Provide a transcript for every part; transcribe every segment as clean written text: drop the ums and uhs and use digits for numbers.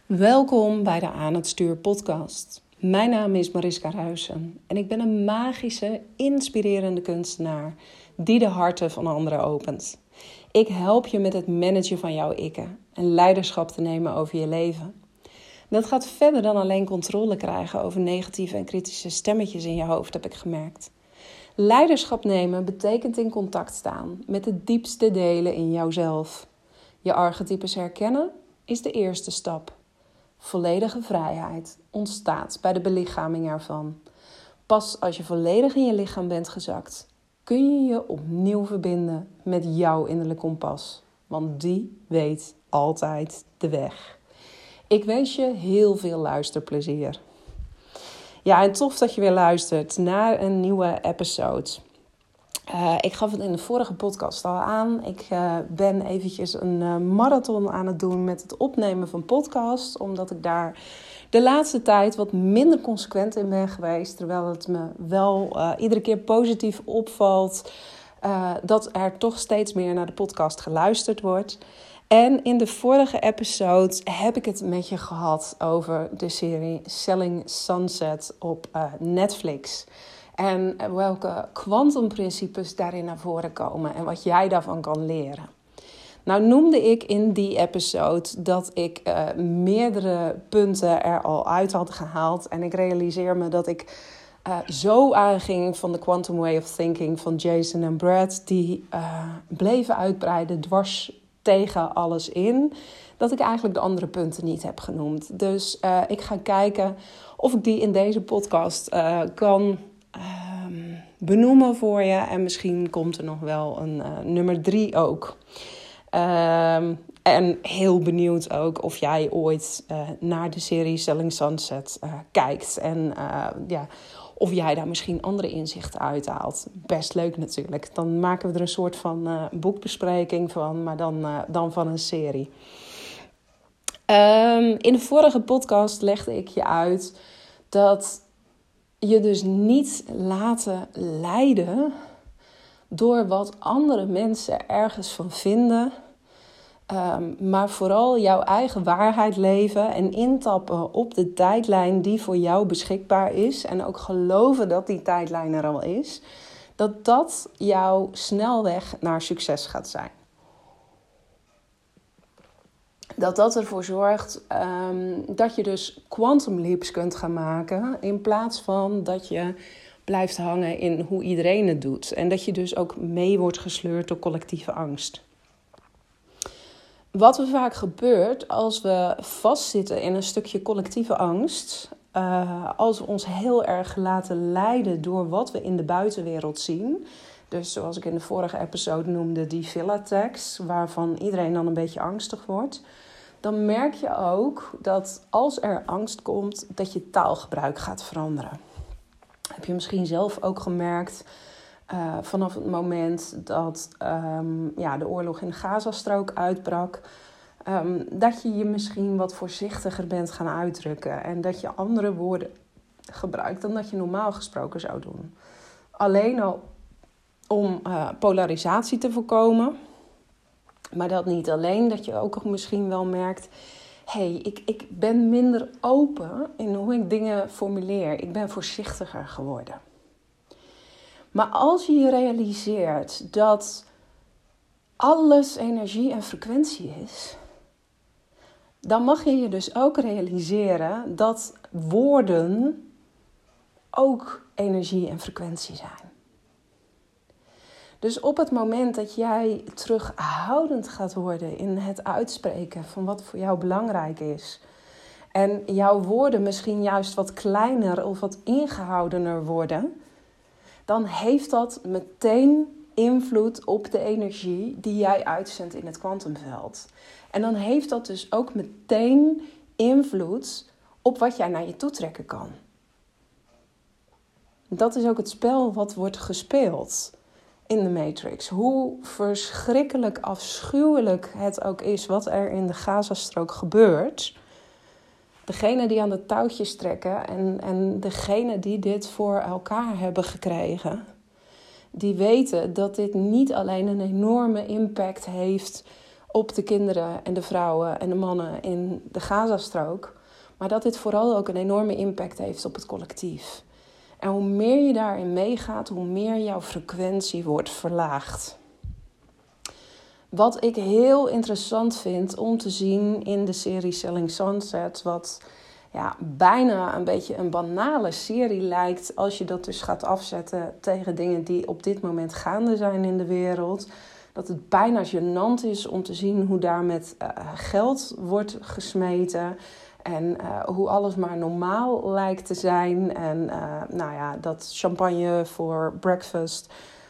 Welkom bij de Aan het Stuur podcast. Mijn naam is Mariska Ruijsen en ik ben een magische, inspirerende kunstenaar die de harten van anderen opent. Ik help je met het managen van jouw ikken en leiderschap te nemen over je leven. Dat gaat verder dan alleen controle krijgen over negatieve en kritische stemmetjes in je hoofd, heb ik gemerkt. Leiderschap nemen betekent in contact staan met de diepste delen in jouzelf. Je archetypes herkennen is de eerste stap. Volledige vrijheid ontstaat bij de belichaming ervan. Pas als je volledig in je lichaam bent gezakt, kun je je opnieuw verbinden met jouw innerlijke kompas. Want die weet altijd de weg. Ik wens je heel veel luisterplezier. Ja, en tof dat je weer luistert naar een nieuwe episode. Ik gaf het in de vorige podcast al aan. Ik ben eventjes een marathon aan het doen met het opnemen van podcasts. Omdat ik daar de laatste tijd wat minder consequent in ben geweest. Terwijl het me wel iedere keer positief opvalt dat er toch steeds meer naar de podcast geluisterd wordt. En in de vorige episode heb ik het met je gehad over de serie Selling Sunset op Netflix. En welke kwantumprincipes daarin naar voren komen en wat jij daarvan kan leren. Nou noemde ik in die episode dat ik meerdere punten er al uit had gehaald. En ik realiseer me dat ik zo aanging van de Quantum Way of Thinking van Jason en Brad. Die bleven uitbreiden dwars tegen alles in. Dat ik eigenlijk de andere punten niet heb genoemd. Dus ik ga kijken of ik die in deze podcast kan benoemen voor je. En misschien komt er nog wel een nummer 3 ook. En heel benieuwd ook of jij ooit naar de serie Selling Sunset kijkt. En of jij daar misschien andere inzichten uithaalt. Best leuk natuurlijk. Dan maken we er een soort van boekbespreking van, maar dan van een serie. In de vorige podcast legde ik je uit dat je dus niet laten leiden door wat andere mensen ergens van vinden. Maar vooral jouw eigen waarheid leven en intappen op de tijdlijn die voor jou beschikbaar is. En ook geloven dat die tijdlijn er al is. Dat jouw snelweg naar succes gaat zijn. Dat ervoor zorgt dat je dus quantum leaps kunt gaan maken. In plaats van dat je blijft hangen in hoe iedereen het doet. En dat je dus ook mee wordt gesleurd door collectieve angst. Wat er vaak gebeurt als we vastzitten in een stukje collectieve angst. Als we ons heel erg laten leiden door wat we in de buitenwereld zien. Dus zoals ik in de vorige episode noemde, die villa-tags, waarvan iedereen dan een beetje angstig wordt. Dan merk je ook dat als er angst komt, dat je taalgebruik gaat veranderen. Heb je misschien zelf ook gemerkt vanaf het moment dat de oorlog in de Gazastrook uitbrak. Dat je je misschien wat voorzichtiger bent gaan uitdrukken. En dat je andere woorden gebruikt dan dat je normaal gesproken zou doen. Alleen al om polarisatie te voorkomen. Maar dat niet alleen, dat je ook misschien wel merkt. Ik ben minder open in hoe ik dingen formuleer. Ik ben voorzichtiger geworden. Maar als je je realiseert dat alles energie en frequentie is, dan mag je je dus ook realiseren dat woorden ook energie en frequentie zijn. Dus op het moment dat jij terughoudend gaat worden in het uitspreken van wat voor jou belangrijk is, en jouw woorden misschien juist wat kleiner of wat ingehoudener worden, dan heeft dat meteen invloed op de energie die jij uitzendt in het kwantumveld. En dan heeft dat dus ook meteen invloed op wat jij naar je toe trekken kan. Dat is ook het spel wat wordt gespeeld in de Matrix. Hoe verschrikkelijk afschuwelijk het ook is wat er in de Gazastrook gebeurt. Degene die aan de touwtjes trekken en degene die dit voor elkaar hebben gekregen, die weten dat dit niet alleen een enorme impact heeft op de kinderen en de vrouwen en de mannen in de Gazastrook. Maar dat dit vooral ook een enorme impact heeft op het collectief. En hoe meer je daarin meegaat, hoe meer jouw frequentie wordt verlaagd. Wat ik heel interessant vind om te zien in de serie Selling Sunset, wat bijna een beetje een banale serie lijkt als je dat dus gaat afzetten tegen dingen die op dit moment gaande zijn in de wereld. Dat het bijna gênant is om te zien hoe daar met geld wordt gesmeten. En hoe alles maar normaal lijkt te zijn. En dat champagne voor breakfast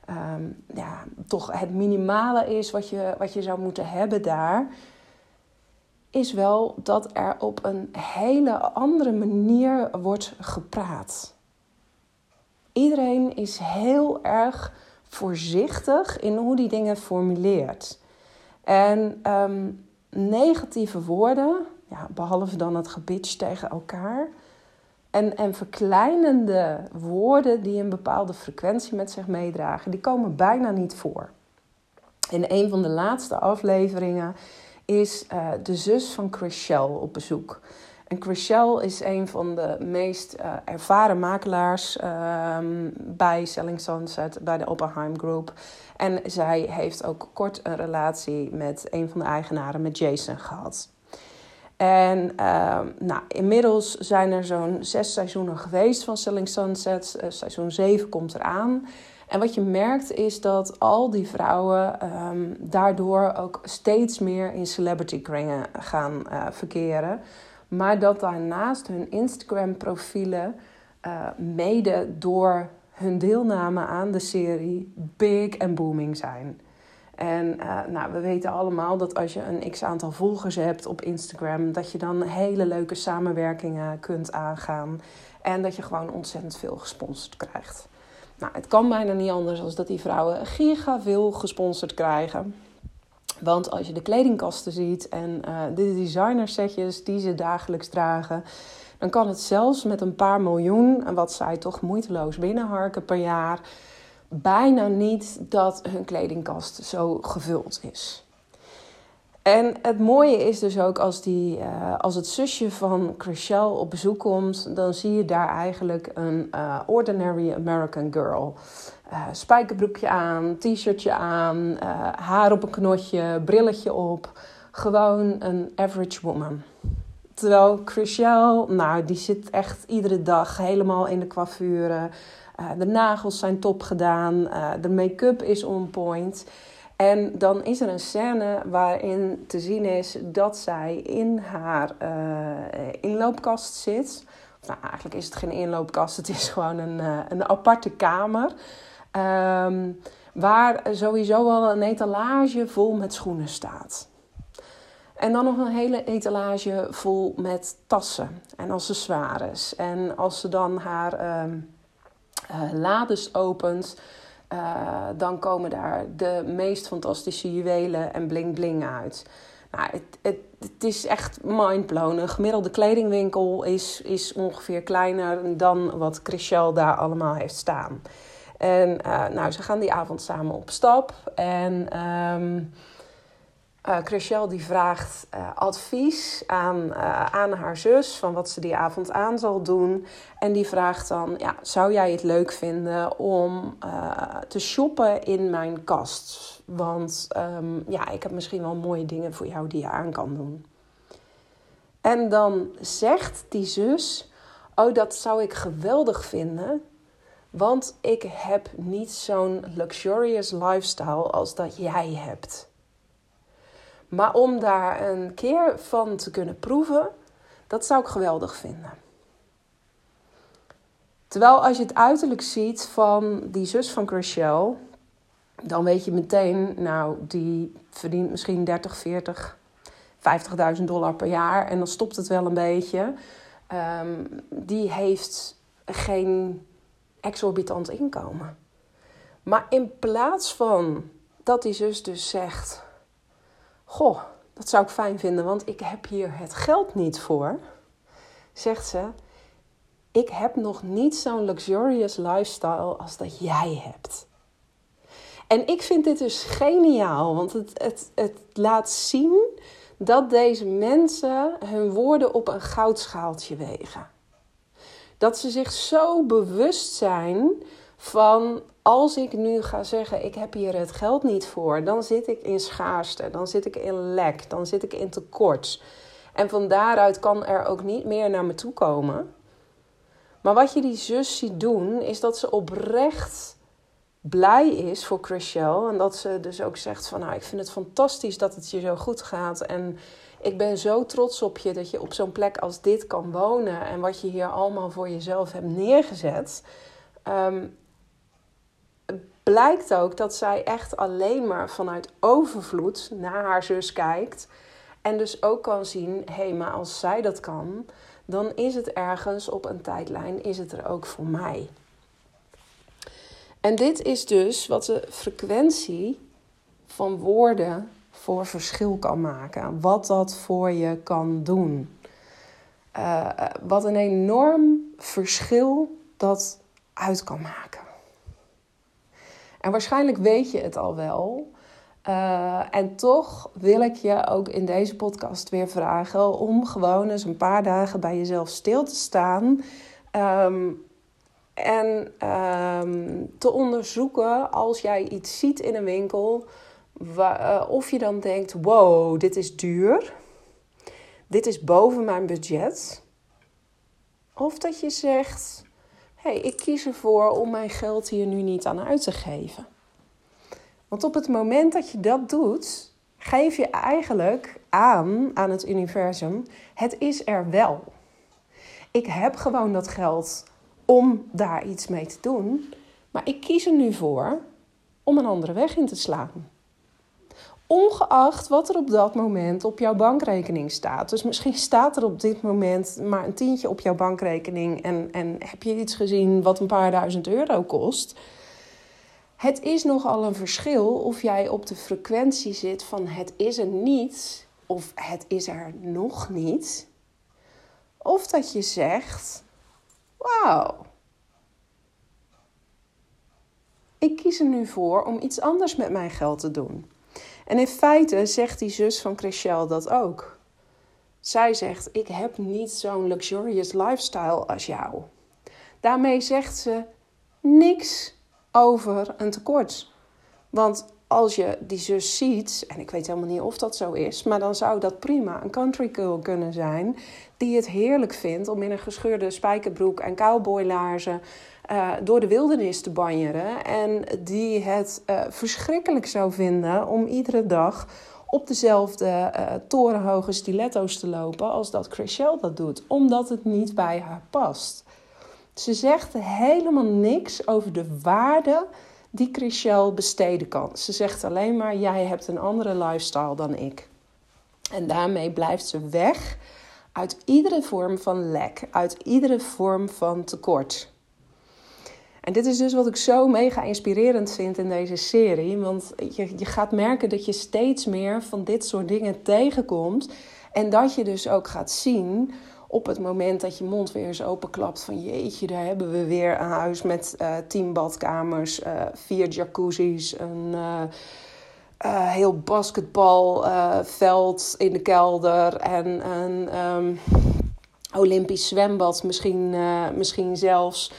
toch het minimale is wat je zou moeten hebben daar. Is wel dat er op een hele andere manier wordt gepraat. Iedereen is heel erg voorzichtig in hoe die dingen formuleert. En negatieve woorden, behalve dan het gebitch tegen elkaar, en verkleinende woorden die een bepaalde frequentie met zich meedragen, die komen bijna niet voor. In een van de laatste afleveringen is de zus van Chrishell op bezoek. En Chrishell is een van de meest ervaren makelaars bij Selling Sunset, bij de Oppenheim Group. En zij heeft ook kort een relatie met een van de eigenaren, met Jason, gehad. En inmiddels zijn er zo'n 6 seizoenen geweest van Selling Sunset. Seizoen 7 komt eraan. En wat je merkt is dat al die vrouwen daardoor ook steeds meer in celebrity kringen gaan verkeren. Maar dat daarnaast hun Instagram profielen mede door hun deelname aan de serie big en booming zijn. En we weten allemaal dat als je een x-aantal volgers hebt op Instagram, dat je dan hele leuke samenwerkingen kunt aangaan. En dat je gewoon ontzettend veel gesponsord krijgt. Nou, het kan bijna niet anders dan dat die vrouwen giga veel gesponsord krijgen. Want als je de kledingkasten ziet en de designersetjes die ze dagelijks dragen, dan kan het zelfs met een paar miljoen, wat zij toch moeiteloos binnenharken per jaar, bijna niet dat hun kledingkast zo gevuld is. En het mooie is dus ook als het zusje van Chrishell op bezoek komt, dan zie je daar eigenlijk een ordinary American girl. Spijkerbroekje aan, t-shirtje aan, haar op een knotje, brilletje op. Gewoon een average woman. Terwijl Chrishell, die zit echt iedere dag helemaal in de coiffure. De nagels zijn top gedaan, de make-up is on point. En dan is er een scène waarin te zien is dat zij in haar inloopkast zit. Nou, eigenlijk is het geen inloopkast, het is gewoon een aparte kamer. Waar sowieso al een etalage vol met schoenen staat. En dan nog een hele etalage vol met tassen en accessoires. En als ze dan haar lades opent, dan komen daar de meest fantastische juwelen en bling bling uit. Nou, het is echt mindblowing. Een gemiddelde kledingwinkel is ongeveer kleiner dan wat Chrishell daar allemaal heeft staan. En ze gaan die avond samen op stap. En Chrishell die vraagt advies aan haar zus van wat ze die avond aan zal doen. En die vraagt dan, zou jij het leuk vinden om te shoppen in mijn kast? Want ik heb misschien wel mooie dingen voor jou die je aan kan doen. En dan zegt die zus, dat zou ik geweldig vinden. Want ik heb niet zo'n luxurious lifestyle als dat jij hebt. Maar om daar een keer van te kunnen proeven, dat zou ik geweldig vinden. Terwijl als je het uiterlijk ziet van die zus van Chrishell, dan weet je meteen, die verdient misschien 30, 40, $50.000 per jaar. En dan stopt het wel een beetje. Die heeft geen exorbitant inkomen. Maar in plaats van dat die zus dus zegt, goh, dat zou ik fijn vinden, want ik heb hier het geld niet voor, zegt ze, ik heb nog niet zo'n luxurious lifestyle als dat jij hebt. En ik vind dit dus geniaal, want het laat zien dat deze mensen hun woorden op een goudschaaltje wegen. Dat ze zich zo bewust zijn van, als ik nu ga zeggen, ik heb hier het geld niet voor, dan zit ik in schaarste, dan zit ik in lek, dan zit ik in tekort. En van daaruit kan er ook niet meer naar me toe komen. Maar wat je die zus ziet doen, is dat ze oprecht blij is voor Chrishell. En dat ze dus ook zegt van, nou, ik vind het fantastisch dat het je zo goed gaat. En ik ben zo trots op je dat je op zo'n plek als dit kan wonen. En wat je hier allemaal voor jezelf hebt neergezet. Blijkt ook dat zij echt alleen maar vanuit overvloed naar haar zus kijkt. En dus ook kan zien, hé, maar als zij dat kan, dan is het ergens op een tijdlijn, is het er ook voor mij. En dit is dus wat de frequentie van woorden voor verschil kan maken. Wat dat voor je kan doen. Wat een enorm verschil dat uit kan maken. En waarschijnlijk weet je het al wel. En toch wil ik je ook in deze podcast weer vragen om gewoon eens een paar dagen bij jezelf stil te staan. En te onderzoeken als jij iets ziet in een winkel. Of je dan denkt, wow, dit is duur. Dit is boven mijn budget. Of dat je zegt, hey, ik kies ervoor om mijn geld hier nu niet aan uit te geven. Want op het moment dat je dat doet, geef je eigenlijk aan het universum, het is er wel. Ik heb gewoon dat geld om daar iets mee te doen, maar ik kies er nu voor om een andere weg in te slaan. Ongeacht wat er op dat moment op jouw bankrekening staat. Dus misschien staat er op dit moment maar een tientje op jouw bankrekening en heb je iets gezien wat een paar duizend euro kost. Het is nogal een verschil of jij op de frequentie zit van het is er niet of het is er nog niet. Of dat je zegt, wauw, ik kies er nu voor om iets anders met mijn geld te doen. En in feite zegt die zus van Chrishell dat ook. Zij zegt, ik heb niet zo'n luxurious lifestyle als jou. Daarmee zegt ze niks over een tekort. Want als je die zus ziet, en ik weet helemaal niet of dat zo is, maar dan zou dat prima een country girl kunnen zijn die het heerlijk vindt om in een gescheurde spijkerbroek en cowboylaarzen door de wildernis te banjeren. En die het verschrikkelijk zou vinden om iedere dag op dezelfde torenhoge stiletto's te lopen als dat Chrishell dat doet. Omdat het niet bij haar past. Ze zegt helemaal niks over de waarde die Chrishell besteden kan. Ze zegt alleen maar, jij hebt een andere lifestyle dan ik. En daarmee blijft ze weg uit iedere vorm van lek, uit iedere vorm van tekort. En dit is dus wat ik zo mega inspirerend vind in deze serie. Want je gaat merken dat je steeds meer van dit soort dingen tegenkomt. En dat je dus ook gaat zien op het moment dat je mond weer eens openklapt van jeetje, daar hebben we weer een huis met 10 badkamers, 4 jacuzzi's, een heel basketbalveld in de kelder en een Olympisch zwembad misschien zelfs.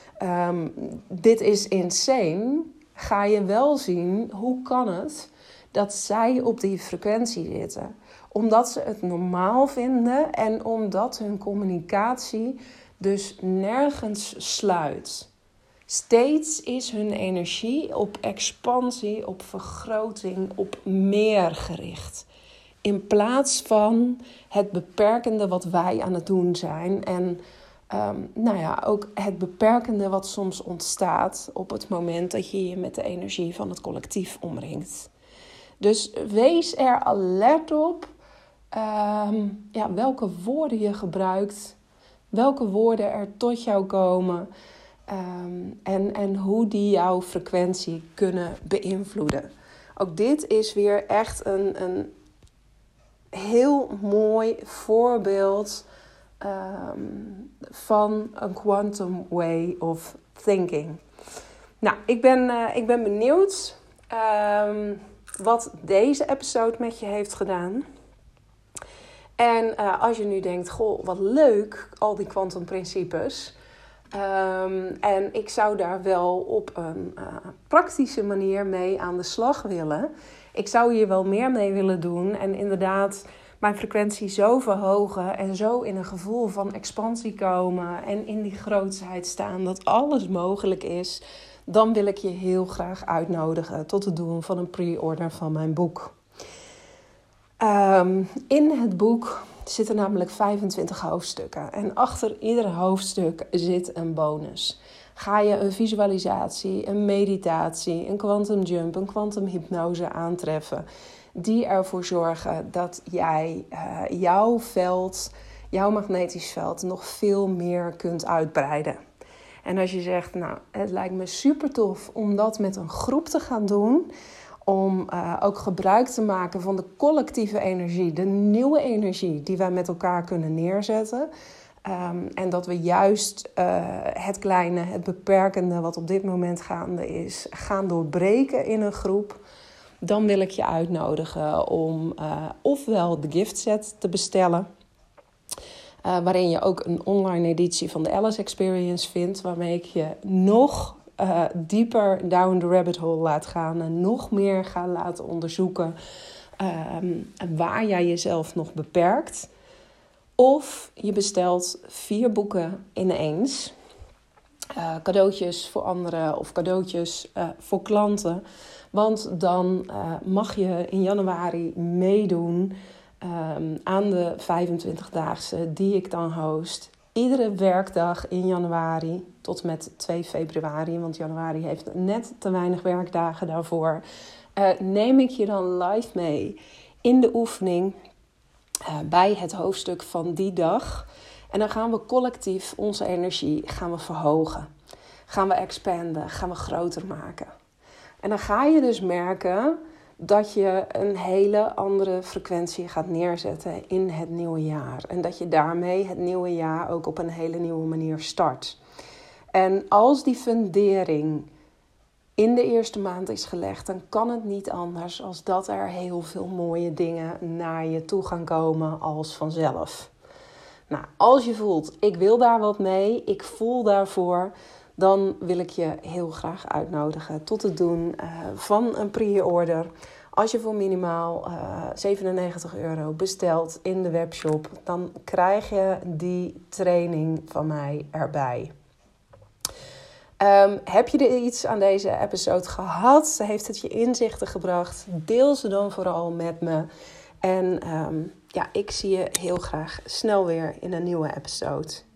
Dit is insane. Ga je wel zien, hoe kan het dat zij op die frequentie zitten? Omdat ze het normaal vinden en omdat hun communicatie dus nergens sluit. Steeds is hun energie op expansie, op vergroting, op meer gericht. In plaats van het beperkende wat wij aan het doen zijn. En ook het beperkende wat soms ontstaat op het moment dat je je met de energie van het collectief omringt. Dus wees er alert op welke woorden je gebruikt, welke woorden er tot jou komen en hoe die jouw frequentie kunnen beïnvloeden. Ook dit is weer echt een heel mooi voorbeeld van een quantum way of thinking. Nou, ik ben benieuwd wat deze episode met je heeft gedaan. En als je nu denkt, goh, wat leuk, al die kwantumprincipes. En ik zou daar wel op een praktische manier mee aan de slag willen. Ik zou hier wel meer mee willen doen. En inderdaad mijn frequentie zo verhogen. En zo in een gevoel van expansie komen. En in die grootsheid staan dat alles mogelijk is. Dan wil ik je heel graag uitnodigen tot het doen van een pre-order van mijn boek. In het boek zitten namelijk 25 hoofdstukken. En achter ieder hoofdstuk zit een bonus. Ga je een visualisatie, een meditatie, een quantum jump, een quantum hypnose aantreffen. Die ervoor zorgen dat jij jouw veld, jouw magnetisch veld nog veel meer kunt uitbreiden. En als je zegt, nou, het lijkt me super tof om dat met een groep te gaan doen. Om ook gebruik te maken van de collectieve energie, de nieuwe energie die wij met elkaar kunnen neerzetten. En dat we juist het kleine, het beperkende wat op dit moment gaande is, gaan doorbreken in een groep. Dan wil ik je uitnodigen om ofwel de giftset te bestellen. Waarin je ook een online editie van de Alice Experience vindt. Waarmee ik je nog dieper down the rabbit hole laat gaan. En nog meer ga laten onderzoeken waar jij jezelf nog beperkt. Of je bestelt 4 boeken ineens. Cadeautjes voor anderen of cadeautjes voor klanten. Want dan mag je in januari meedoen aan de 25-daagse die ik dan host. Iedere werkdag in januari tot met 2 februari. Want januari heeft net te weinig werkdagen daarvoor. Neem ik je dan live mee in de oefening bij het hoofdstuk van die dag. En dan gaan we collectief onze energie verhogen. Gaan we expanden, gaan we groter maken. En dan ga je dus merken dat je een hele andere frequentie gaat neerzetten in het nieuwe jaar. En dat je daarmee het nieuwe jaar ook op een hele nieuwe manier start. En als die fundering in de eerste maand is gelegd, dan kan het niet anders als dat er heel veel mooie dingen naar je toe gaan komen als vanzelf. Nou, als je voelt, ik wil daar wat mee, ik voel daarvoor, dan wil ik je heel graag uitnodigen tot het doen van een pre-order. Als je voor minimaal €97 bestelt in de webshop, dan krijg je die training van mij erbij. Heb je er iets aan deze episode gehad? Heeft het je inzichten gebracht? Deel ze dan vooral met me. En ik zie je heel graag snel weer in een nieuwe episode.